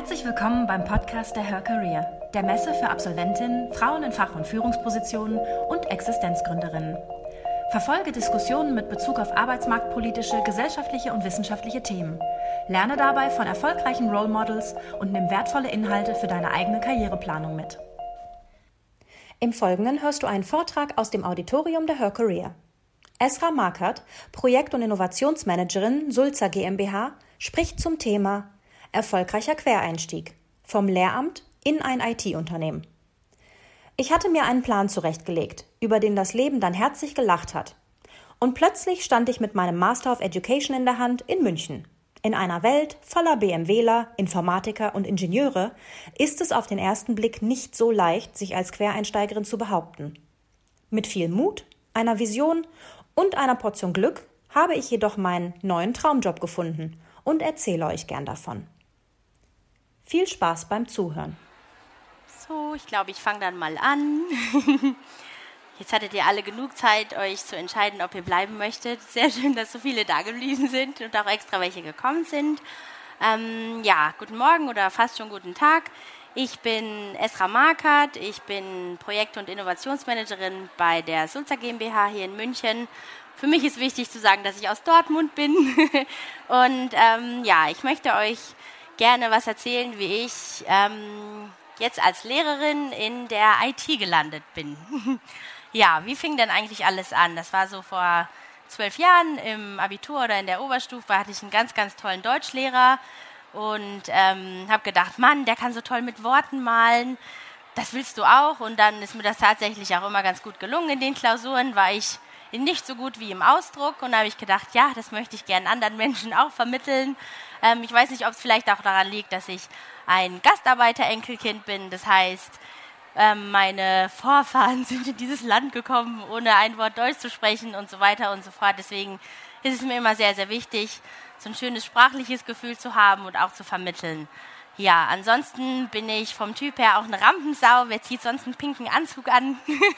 Herzlich willkommen beim Podcast der Her Career, der Messe für Absolventinnen, Frauen in Fach- und Führungspositionen und Existenzgründerinnen. Verfolge Diskussionen mit Bezug auf arbeitsmarktpolitische, gesellschaftliche und wissenschaftliche Themen. Lerne dabei von erfolgreichen Role Models und nimm wertvolle Inhalte für deine eigene Karriereplanung mit. Im Folgenden hörst du einen Vortrag aus dem Auditorium der Her Career. Esra Markert, Projekt- und Innovationsmanagerin Sulzer GmbH, spricht zum Thema Erfolgreicher Quereinstieg vom Lehramt in ein IT-Unternehmen. Ich hatte mir einen Plan zurechtgelegt, über den das Leben dann herzlich gelacht hat. Und plötzlich stand ich mit meinem Master of Education in der Hand in München. In einer Welt voller BMWler, Informatiker und Ingenieure ist es auf den ersten Blick nicht so leicht, sich als Quereinsteigerin zu behaupten. Mit viel Mut, einer Vision und einer Portion Glück habe ich jedoch meinen neuen Traumjob gefunden und erzähle euch gern davon. Viel Spaß beim Zuhören. So, ich glaube, ich fange dann mal an. Jetzt hattet ihr alle genug Zeit, euch zu entscheiden, ob ihr bleiben möchtet. Sehr schön, dass so viele da geblieben sind und auch extra welche gekommen sind. Guten Morgen oder fast schon guten Tag. Ich bin Esra Markert, ich bin Projekt- und Innovationsmanagerin bei der Sulzer GmbH hier in München. Für mich ist wichtig zu sagen, dass ich aus Dortmund bin. Und ich möchte euch gerne was erzählen, wie ich jetzt als Lehrerin in der IT gelandet bin. Ja, wie fing denn eigentlich alles an? Das war so vor 12 Jahren im Abitur oder in der Oberstufe, hatte ich einen ganz, ganz tollen Deutschlehrer und habe gedacht, Mann, der kann so toll mit Worten malen, das willst du auch. Und dann ist mir das tatsächlich auch immer ganz gut gelungen. In den Klausuren war ich nicht so gut wie im Ausdruck und da habe ich gedacht, ja, das möchte ich gerne anderen Menschen auch vermitteln. Ich weiß nicht, ob es vielleicht auch daran liegt, dass ich ein Gastarbeiter-Enkelkind bin. Das heißt, meine Vorfahren sind in dieses Land gekommen, ohne ein Wort Deutsch zu sprechen und so weiter und so fort. Deswegen ist es mir immer sehr, sehr wichtig, so ein schönes sprachliches Gefühl zu haben und auch zu vermitteln. Ja, ansonsten bin ich vom Typ her auch eine Rampensau. Wer zieht sonst einen pinken Anzug an?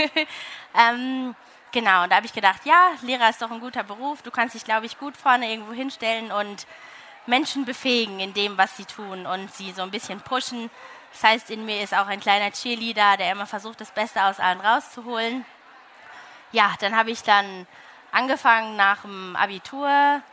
Genau, und da habe ich gedacht, ja, Lehrer ist doch ein guter Beruf. Du kannst dich, glaube ich, gut vorne irgendwo hinstellen und Menschen befähigen in dem, was sie tun und sie so ein bisschen pushen. Das heißt, in mir ist auch ein kleiner Cheerleader, der immer versucht, das Beste aus allen rauszuholen. Ja, dann habe ich dann angefangen, nach dem Abitur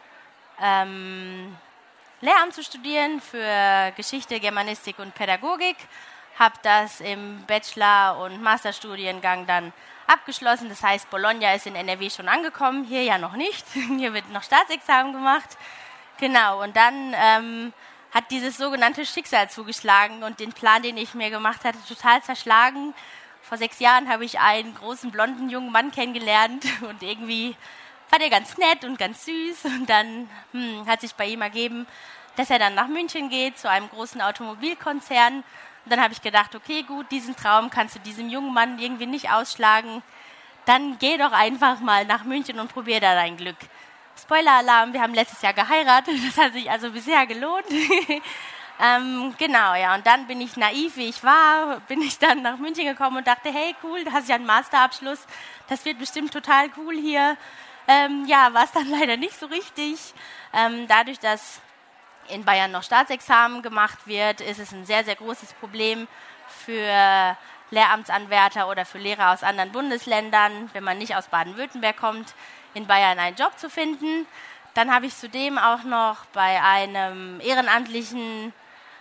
Lehramt zu studieren für Geschichte, Germanistik und Pädagogik. Habe das im Bachelor- und Masterstudiengang dann abgeschlossen. Das heißt, Bologna ist in NRW schon angekommen, hier ja noch nicht. Hier wird noch Staatsexamen gemacht. Genau, und dann hat dieses sogenannte Schicksal zugeschlagen und den Plan, den ich mir gemacht hatte, total zerschlagen. Vor 6 Jahren habe ich einen großen, blonden, jungen Mann kennengelernt und irgendwie war der ganz nett und ganz süß. Und dann hat sich bei ihm ergeben, dass er dann nach München geht, zu einem großen Automobilkonzern. Und dann habe ich gedacht, okay, gut, diesen Traum kannst du diesem jungen Mann irgendwie nicht ausschlagen. Dann geh doch einfach mal nach München und probier da dein Glück. Spoiler-Alarm, wir haben letztes Jahr geheiratet, das hat sich also bisher gelohnt. Genau, ja, und dann bin ich naiv, wie ich war, bin ich dann nach München gekommen und dachte, hey, cool, du hast ja einen Masterabschluss, das wird bestimmt total cool hier. War es dann leider nicht so richtig. Dadurch, dass in Bayern noch Staatsexamen gemacht wird, ist es ein sehr, sehr großes Problem für Lehramtsanwärter oder für Lehrer aus anderen Bundesländern, wenn man nicht aus Baden-Württemberg kommt, in Bayern einen Job zu finden. Dann habe ich zudem auch noch bei einer ehrenamtlichen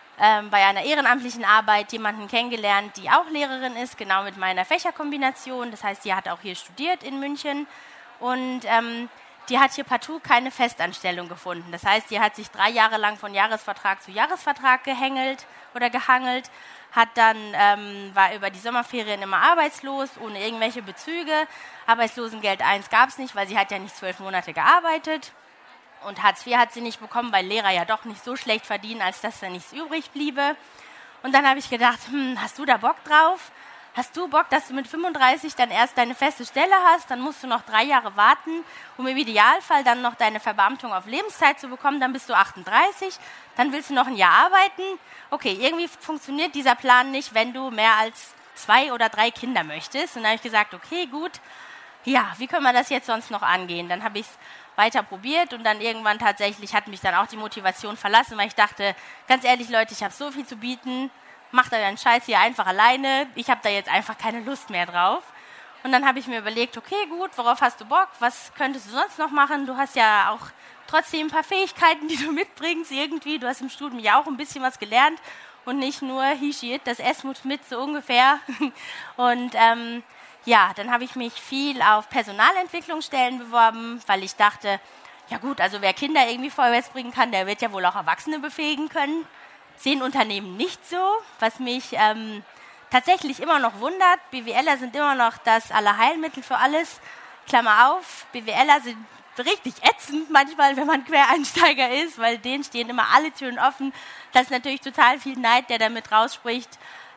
Arbeit jemanden kennengelernt, die auch Lehrerin ist, genau mit meiner Fächerkombination. Das heißt, sie hat auch hier studiert in München und die hat hier partout keine Festanstellung gefunden. Das heißt, die hat sich 3 Jahre lang von Jahresvertrag zu Jahresvertrag gehangelt, hat dann, war über die Sommerferien immer arbeitslos, ohne irgendwelche Bezüge. Arbeitslosengeld 1 gab es nicht, weil sie hat ja nicht 12 Monate gearbeitet. Und Hartz IV hat sie nicht bekommen, weil Lehrer ja doch nicht so schlecht verdienen, als dass da nichts übrig bliebe. Und dann habe ich gedacht, hast du da Bock drauf? Hast du Bock, dass du mit 35 dann erst deine feste Stelle hast? Dann musst du noch 3 Jahre warten, um im Idealfall dann noch deine Verbeamtung auf Lebenszeit zu bekommen. Dann bist du 38, dann willst du noch ein Jahr arbeiten. Okay, irgendwie funktioniert dieser Plan nicht, wenn du mehr als 2 oder 3 Kinder möchtest. Und dann habe ich gesagt, okay, gut, ja, wie können wir das jetzt sonst noch angehen? Dann habe ich es weiter probiert und dann irgendwann tatsächlich hat mich dann auch die Motivation verlassen, weil ich dachte, ganz ehrlich Leute, ich habe so viel zu bieten, macht euren Scheiß hier einfach alleine, ich habe da jetzt einfach keine Lust mehr drauf. Und dann habe ich mir überlegt, okay, gut, worauf hast du Bock, was könntest du sonst noch machen? Du hast ja auch trotzdem ein paar Fähigkeiten, die du mitbringst irgendwie, du hast im Studium ja auch ein bisschen was gelernt und nicht nur, he, she, it, das S muss mit, so ungefähr. Und ja, dann habe ich mich viel auf Personalentwicklungsstellen beworben, weil ich dachte, ja gut, also wer Kinder irgendwie vorwärts bringen kann, der wird ja wohl auch Erwachsene befähigen können. Sehen Unternehmen nicht so, was mich tatsächlich immer noch wundert. BWLer sind immer noch das Allerheilmittel für alles. Klammer auf, BWLer sind richtig ätzend manchmal, wenn man Quereinsteiger ist, weil denen stehen immer alle Türen offen. Das ist natürlich total viel Neid, der damit rausspricht.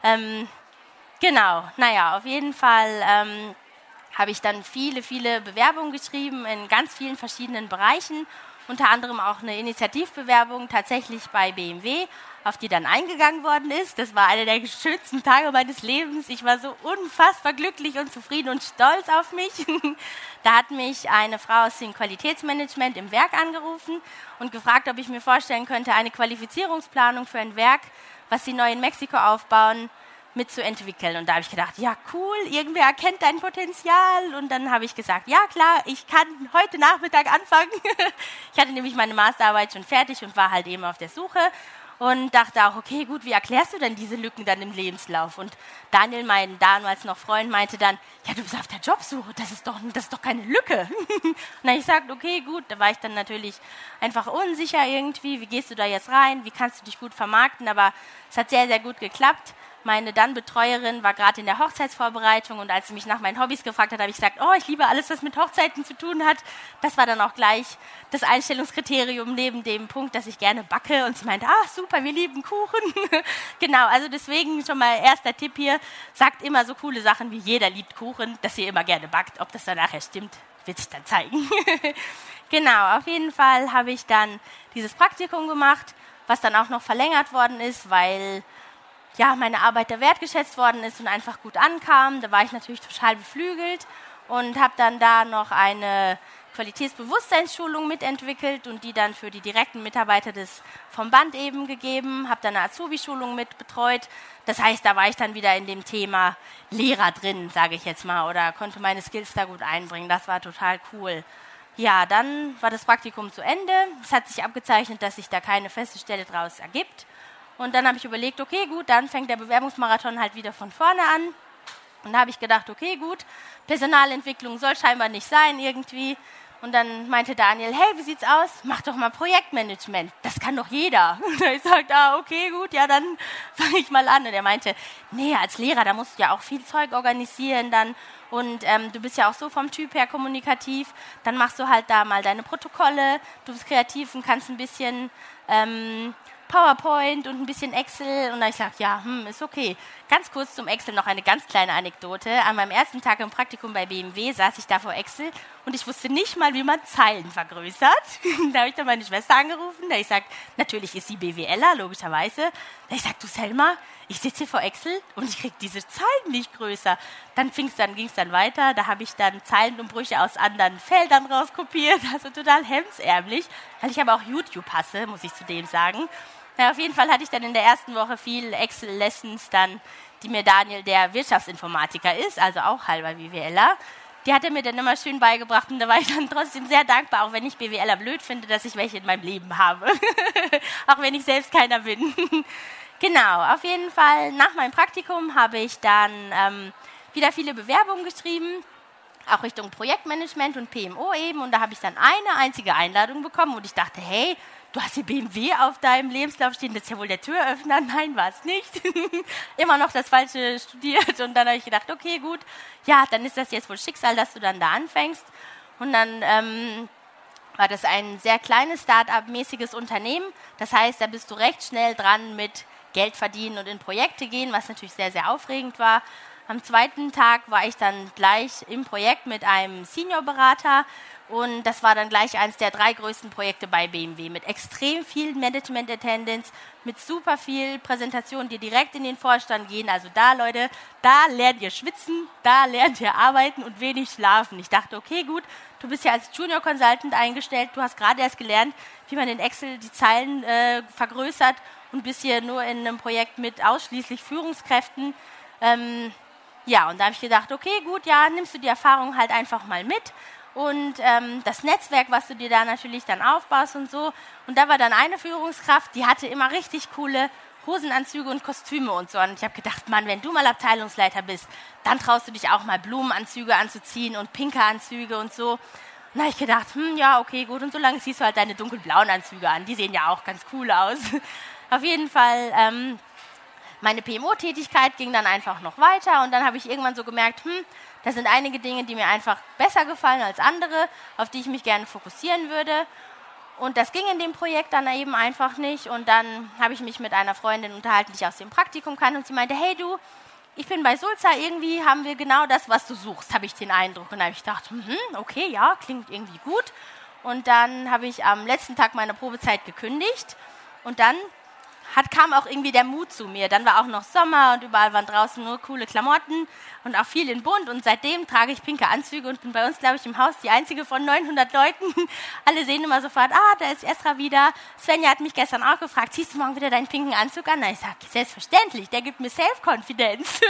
Genau, naja, auf jeden Fall habe ich dann viele Bewerbungen geschrieben in ganz vielen verschiedenen Bereichen, unter anderem auch eine Initiativbewerbung tatsächlich bei BMW, auf die dann eingegangen worden ist. Das war einer der schönsten Tage meines Lebens. Ich war so unfassbar glücklich und zufrieden und stolz auf mich. Da hat mich eine Frau aus dem Qualitätsmanagement im Werk angerufen und gefragt, ob ich mir vorstellen könnte, eine Qualifizierungsplanung für ein Werk, was sie neu in Mexiko aufbauen, mitzuentwickeln. Und da habe ich gedacht, ja cool, irgendwer erkennt dein Potenzial. Und dann habe ich gesagt, ja klar, ich kann heute Nachmittag anfangen. Ich hatte nämlich meine Masterarbeit schon fertig und war halt eben auf der Suche. Und dachte auch, okay, gut, wie erklärst du denn diese Lücken dann im Lebenslauf? Und Daniel, mein damals noch Freund, meinte dann, ja, du bist auf der Jobsuche, das ist doch keine Lücke. Und dann habe ich gesagt, okay, gut, da war ich dann natürlich einfach unsicher irgendwie, wie gehst du da jetzt rein, wie kannst du dich gut vermarkten, aber es hat sehr gut geklappt. Meine dann Betreuerin war gerade in der Hochzeitsvorbereitung und als sie mich nach meinen Hobbys gefragt hat, habe ich gesagt, oh, ich liebe alles, was mit Hochzeiten zu tun hat. Das war dann auch gleich das Einstellungskriterium neben dem Punkt, dass ich gerne backe. Und sie meinte, super, wir lieben Kuchen. Genau, also deswegen schon mal erster Tipp hier, sagt immer so coole Sachen wie jeder liebt Kuchen, dass ihr immer gerne backt. Ob das dann nachher stimmt, wird sich dann zeigen. Genau, auf jeden Fall habe ich dann dieses Praktikum gemacht, was dann auch noch verlängert worden ist, weil ja, meine Arbeit da wertgeschätzt worden ist und einfach gut ankam. Da war ich natürlich total beflügelt und habe dann da noch eine Qualitätsbewusstseinsschulung mitentwickelt und die dann für die direkten Mitarbeiter vom Band eben gegeben. Habe dann eine Azubi-Schulung mit betreut. Das heißt, da war ich dann wieder in dem Thema Lehrer drin, sage ich jetzt mal, oder konnte meine Skills da gut einbringen. Das war total cool. Ja, dann war das Praktikum zu Ende. Es hat sich abgezeichnet, dass sich da keine feste Stelle draus ergibt. Und dann habe ich überlegt, okay, gut, dann fängt der Bewerbungsmarathon halt wieder von vorne an. Und da habe ich gedacht, okay, gut, Personalentwicklung soll scheinbar nicht sein irgendwie. Und dann meinte Daniel, hey, wie sieht's aus? Mach doch mal Projektmanagement. Das kann doch jeder. Und ich sagte, okay, gut, ja, dann fange ich mal an. Und er meinte, nee, als Lehrer, da musst du ja auch viel Zeug organisieren dann. Und du bist ja auch so vom Typ her kommunikativ. Dann machst du halt da mal deine Protokolle. Du bist kreativ und kannst ein bisschen PowerPoint und ein bisschen Excel. Und dann habe ich gesagt, ja, ist okay. Ganz kurz zum Excel noch eine ganz kleine Anekdote. An meinem ersten Tag im Praktikum bei BMW saß ich da vor Excel und ich wusste nicht mal, wie man Zeilen vergrößert. Da habe ich dann meine Schwester angerufen. Da habe ich gesagt, natürlich ist sie BWLer, logischerweise. Da habe ich gesagt, du Selma, ich sitze hier vor Excel und ich kriege diese Zeilen nicht größer. Dann ging es dann weiter. Da habe ich dann Zeilenumbrüche aus anderen Feldern rauskopiert. Also total hemdsärmlich, weil ich aber auch YouTube hasse, muss ich zudem sagen. Ja, auf jeden Fall hatte ich dann in der ersten Woche viel Excel-Lessons dann, die mir Daniel, der Wirtschaftsinformatiker ist, also auch halber BWLer, die hat er mir dann immer schön beigebracht und da war ich dann trotzdem sehr dankbar, auch wenn ich BWLer blöd finde, dass ich welche in meinem Leben habe, auch wenn ich selbst keiner bin. Genau, auf jeden Fall nach meinem Praktikum habe ich dann wieder viele Bewerbungen geschrieben, auch Richtung Projektmanagement und PMO eben und da habe ich dann eine einzige Einladung bekommen und ich dachte, hey, du hast hier BMW auf deinem Lebenslauf stehen, das ist ja wohl der Türöffner. Nein, war es nicht. Immer noch das Falsche studiert. Und dann habe ich gedacht, okay, gut, ja, dann ist das jetzt wohl Schicksal, dass du dann da anfängst. Und dann war das ein sehr kleines Start-up-mäßiges Unternehmen. Das heißt, da bist du recht schnell dran mit Geld verdienen und in Projekte gehen, was natürlich sehr, sehr aufregend war. Am zweiten Tag war ich dann gleich im Projekt mit einem Seniorberater Und das war dann gleich eines der 3 größten Projekte bei BMW mit extrem viel Management-Attendance, mit super viel Präsentationen, die direkt in den Vorstand gehen. Also da, Leute, da lernt ihr schwitzen, da lernt ihr arbeiten und wenig schlafen. Ich dachte, okay, gut, du bist ja als Junior Consultant eingestellt, du hast gerade erst gelernt, wie man in Excel die Zeilen vergrößert und bist hier nur in einem Projekt mit ausschließlich Führungskräften. Ja, und da habe ich gedacht, okay, gut, ja, nimmst du die Erfahrung halt einfach mal mit. Und das Netzwerk, was du dir da natürlich dann aufbaust und so. Und da war dann eine Führungskraft, die hatte immer richtig coole Hosenanzüge und Kostüme und so. Und ich habe gedacht, Mann, wenn du mal Abteilungsleiter bist, dann traust du dich auch mal Blumenanzüge anzuziehen und pinke Anzüge und so. Und da habe ich gedacht, ja, okay, gut. Und solange ziehst du halt deine dunkelblauen Anzüge an. Die sehen ja auch ganz cool aus. Auf jeden Fall, meine PMO-Tätigkeit ging dann einfach noch weiter. Und dann habe ich irgendwann so gemerkt, das sind einige Dinge, die mir einfach besser gefallen als andere, auf die ich mich gerne fokussieren würde. Und das ging in dem Projekt dann eben einfach nicht. Und dann habe ich mich mit einer Freundin unterhalten, die ich aus dem Praktikum kannte. Und sie meinte, hey du, ich bin bei Sulzer, irgendwie haben wir genau das, was du suchst, habe ich den Eindruck. Und da habe ich gedacht, okay, ja, klingt irgendwie gut. Und dann habe ich am letzten Tag meiner Probezeit gekündigt. Und dann kam auch irgendwie der Mut zu mir. Dann war auch noch Sommer und überall waren draußen nur coole Klamotten und auch viel in bunt. Und seitdem trage ich pinke Anzüge und bin bei uns, glaube ich, im Haus die einzige von 900 Leuten. Alle sehen immer sofort, da ist Esra wieder. Svenja hat mich gestern auch gefragt, ziehst du morgen wieder deinen pinken Anzug an? Na, ich sage, selbstverständlich, der gibt mir Self-Confidence.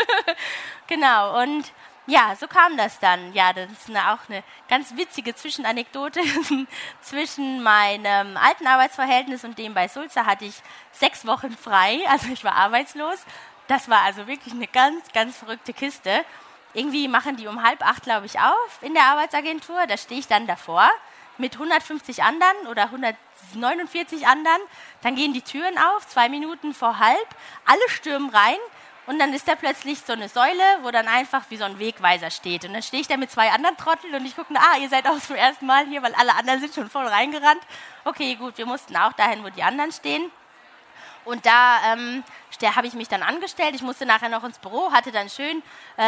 Genau, und ja, so kam das dann. Ja, das ist auch eine ganz witzige Zwischenanekdote. Zwischen meinem alten Arbeitsverhältnis und dem bei Sulzer hatte ich 6 Wochen frei, also ich war arbeitslos. Das war also wirklich eine ganz, ganz verrückte Kiste. Irgendwie machen die um 7:30, glaube ich, auf in der Arbeitsagentur. Da stehe ich dann davor mit 150 anderen oder 149 anderen. Dann gehen die Türen auf, 2 Minuten vor 7:30. Alle stürmen rein. Und dann ist da plötzlich so eine Säule, wo dann einfach wie so ein Wegweiser steht. Und dann stehe ich da mit 2 anderen Trotteln und ich gucke, ihr seid auch zum ersten Mal hier, weil alle anderen sind schon voll reingerannt. Okay, gut, wir mussten auch dahin, wo die anderen stehen. Und da habe ich mich dann angestellt. Ich musste nachher noch ins Büro, hatte dann schön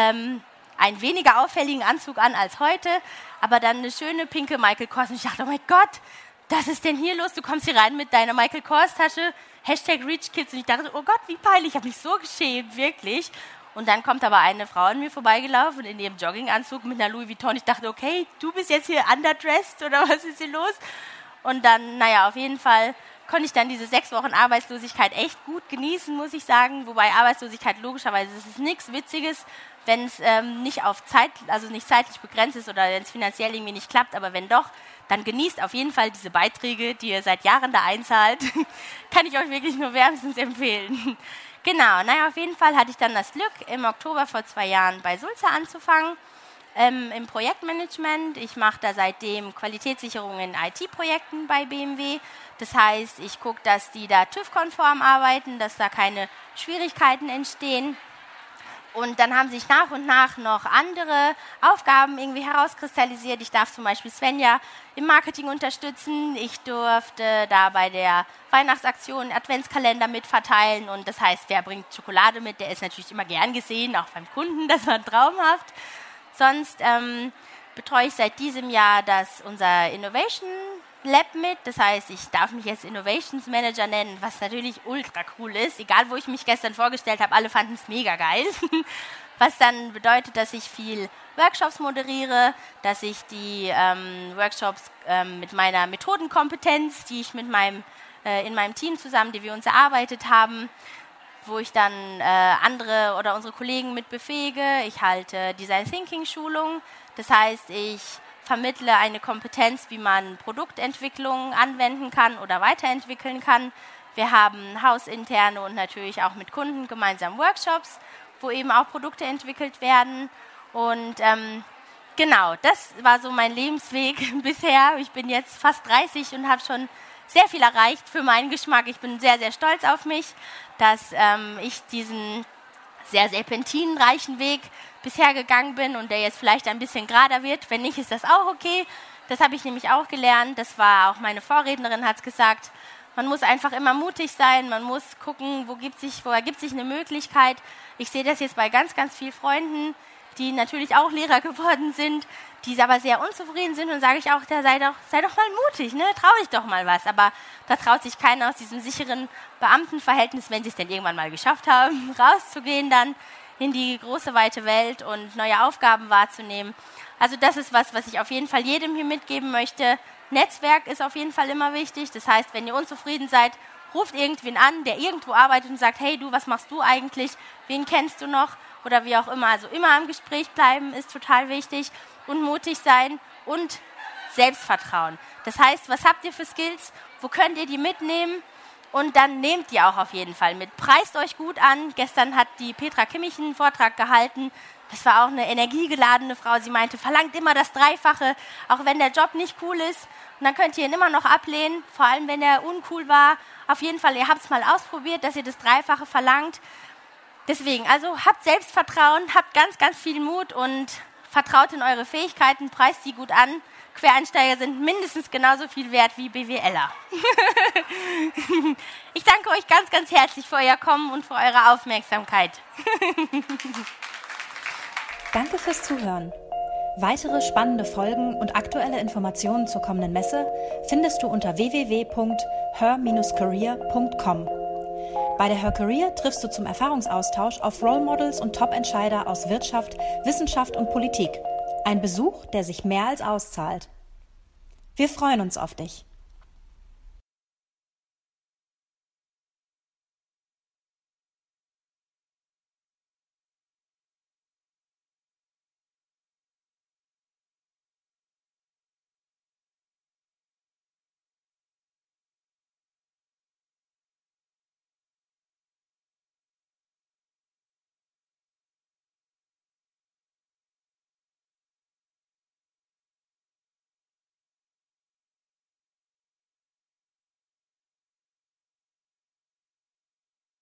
einen weniger auffälligen Anzug an als heute, aber dann eine schöne pinke Michael Kors. Und ich dachte, oh mein Gott, was ist denn hier los? Du kommst hier rein mit deiner Michael Kors Tasche, #RichKids. Und ich dachte, oh Gott, wie peinlich, ich habe mich so geschämt, wirklich. Und dann kommt aber eine Frau an mir vorbeigelaufen in ihrem Jogginganzug mit einer Louis Vuitton. Ich dachte, okay, du bist jetzt hier underdressed oder was ist hier los? Und dann, auf jeden Fall konnte ich dann diese 6 Wochen Arbeitslosigkeit echt gut genießen, muss ich sagen. Wobei Arbeitslosigkeit logischerweise, es ist nichts Witziges, wenn es nicht auf Zeit, also nicht zeitlich begrenzt ist oder wenn es finanziell irgendwie nicht klappt. Aber wenn doch, dann genießt auf jeden Fall diese Beiträge, die ihr seit Jahren da einzahlt. Kann ich euch wirklich nur wärmstens empfehlen. Genau, auf jeden Fall hatte ich dann das Glück, im Oktober vor 2 Jahren bei Sulzer anzufangen, im Projektmanagement. Ich mache da seitdem Qualitätssicherung in IT-Projekten bei BMW. Das heißt, ich gucke, dass die da TÜV-konform arbeiten, dass da keine Schwierigkeiten entstehen. Und dann haben sich nach und nach noch andere Aufgaben irgendwie herauskristallisiert. Ich darf zum Beispiel Svenja im Marketing unterstützen. Ich durfte da bei der Weihnachtsaktion Adventskalender mitverteilen. Und das heißt, wer bringt Schokolade mit, der ist natürlich immer gern gesehen, auch beim Kunden, das war traumhaft. Sonst betreue ich seit diesem Jahr unser Innovation Lab mit. Das heißt, ich darf mich jetzt Innovations Manager nennen, was natürlich ultra cool ist. Egal, wo ich mich gestern vorgestellt habe, alle fanden es mega geil. Was dann bedeutet, dass ich viel Workshops moderiere, dass ich die Workshops mit meiner Methodenkompetenz, die ich in meinem Team zusammen, die wir uns erarbeitet haben, wo ich dann andere oder unsere Kollegen mit befähige. Ich halte Design Thinking Schulungen. Das heißt, ich vermittle eine Kompetenz, wie man Produktentwicklung anwenden kann oder weiterentwickeln kann. Wir haben hausinterne und natürlich auch mit Kunden gemeinsam Workshops, wo eben auch Produkte entwickelt werden. Und genau, das war so mein Lebensweg bisher. Ich bin jetzt fast 30 und habe schon sehr viel erreicht für meinen Geschmack. Ich bin sehr, sehr stolz auf mich, dass ich diesen sehr serpentinenreichen Weg bisher gegangen bin und der jetzt vielleicht ein bisschen gerader wird. Wenn nicht, ist das auch okay. Das habe ich nämlich auch gelernt. Das war auch meine Vorrednerin, hat es gesagt. Man muss einfach immer mutig sein. Man muss gucken, wo ergibt sich eine Möglichkeit. Ich sehe das jetzt bei ganz, ganz vielen Freunden, die natürlich auch Lehrer geworden sind, die aber sehr unzufrieden sind, und sage ich auch, da sei doch mal mutig, ne? Trau dich doch mal was. Aber da traut sich keiner aus diesem sicheren Beamtenverhältnis, wenn sie es denn irgendwann mal geschafft haben, rauszugehen dann in die große, weite Welt und neue Aufgaben wahrzunehmen. Also das ist was ich auf jeden Fall jedem hier mitgeben möchte. Netzwerk ist auf jeden Fall immer wichtig. Das heißt, wenn ihr unzufrieden seid, ruft irgendwen an, der irgendwo arbeitet und sagt, hey du, was machst du eigentlich? Wen kennst du noch? Oder wie auch immer. Also immer am Gespräch bleiben ist total wichtig und mutig sein und Selbstvertrauen. Das heißt, was habt ihr für Skills? Wo könnt ihr die mitnehmen? Und dann nehmt die auch auf jeden Fall mit. Preist euch gut an. Gestern hat die Petra Kimmich einen Vortrag gehalten. Das war auch eine energiegeladene Frau. Sie meinte, verlangt immer das Dreifache, auch wenn der Job nicht cool ist. Und dann könnt ihr ihn immer noch ablehnen, vor allem wenn er uncool war. Auf jeden Fall, ihr habt es mal ausprobiert, dass ihr das Dreifache verlangt. Deswegen, also habt Selbstvertrauen, habt ganz, ganz viel Mut und vertraut in eure Fähigkeiten, preist die gut an. Quereinsteiger sind mindestens genauso viel wert wie BWLer. Ich danke euch ganz, ganz herzlich für euer Kommen und für eure Aufmerksamkeit. Danke fürs Zuhören. Weitere spannende Folgen und aktuelle Informationen zur kommenden Messe findest du unter www.her-career.com. Bei der Her Career triffst du zum Erfahrungsaustausch auf Role Models und Top-Entscheider aus Wirtschaft, Wissenschaft und Politik. Ein Besuch, der sich mehr als auszahlt. Wir freuen uns auf dich.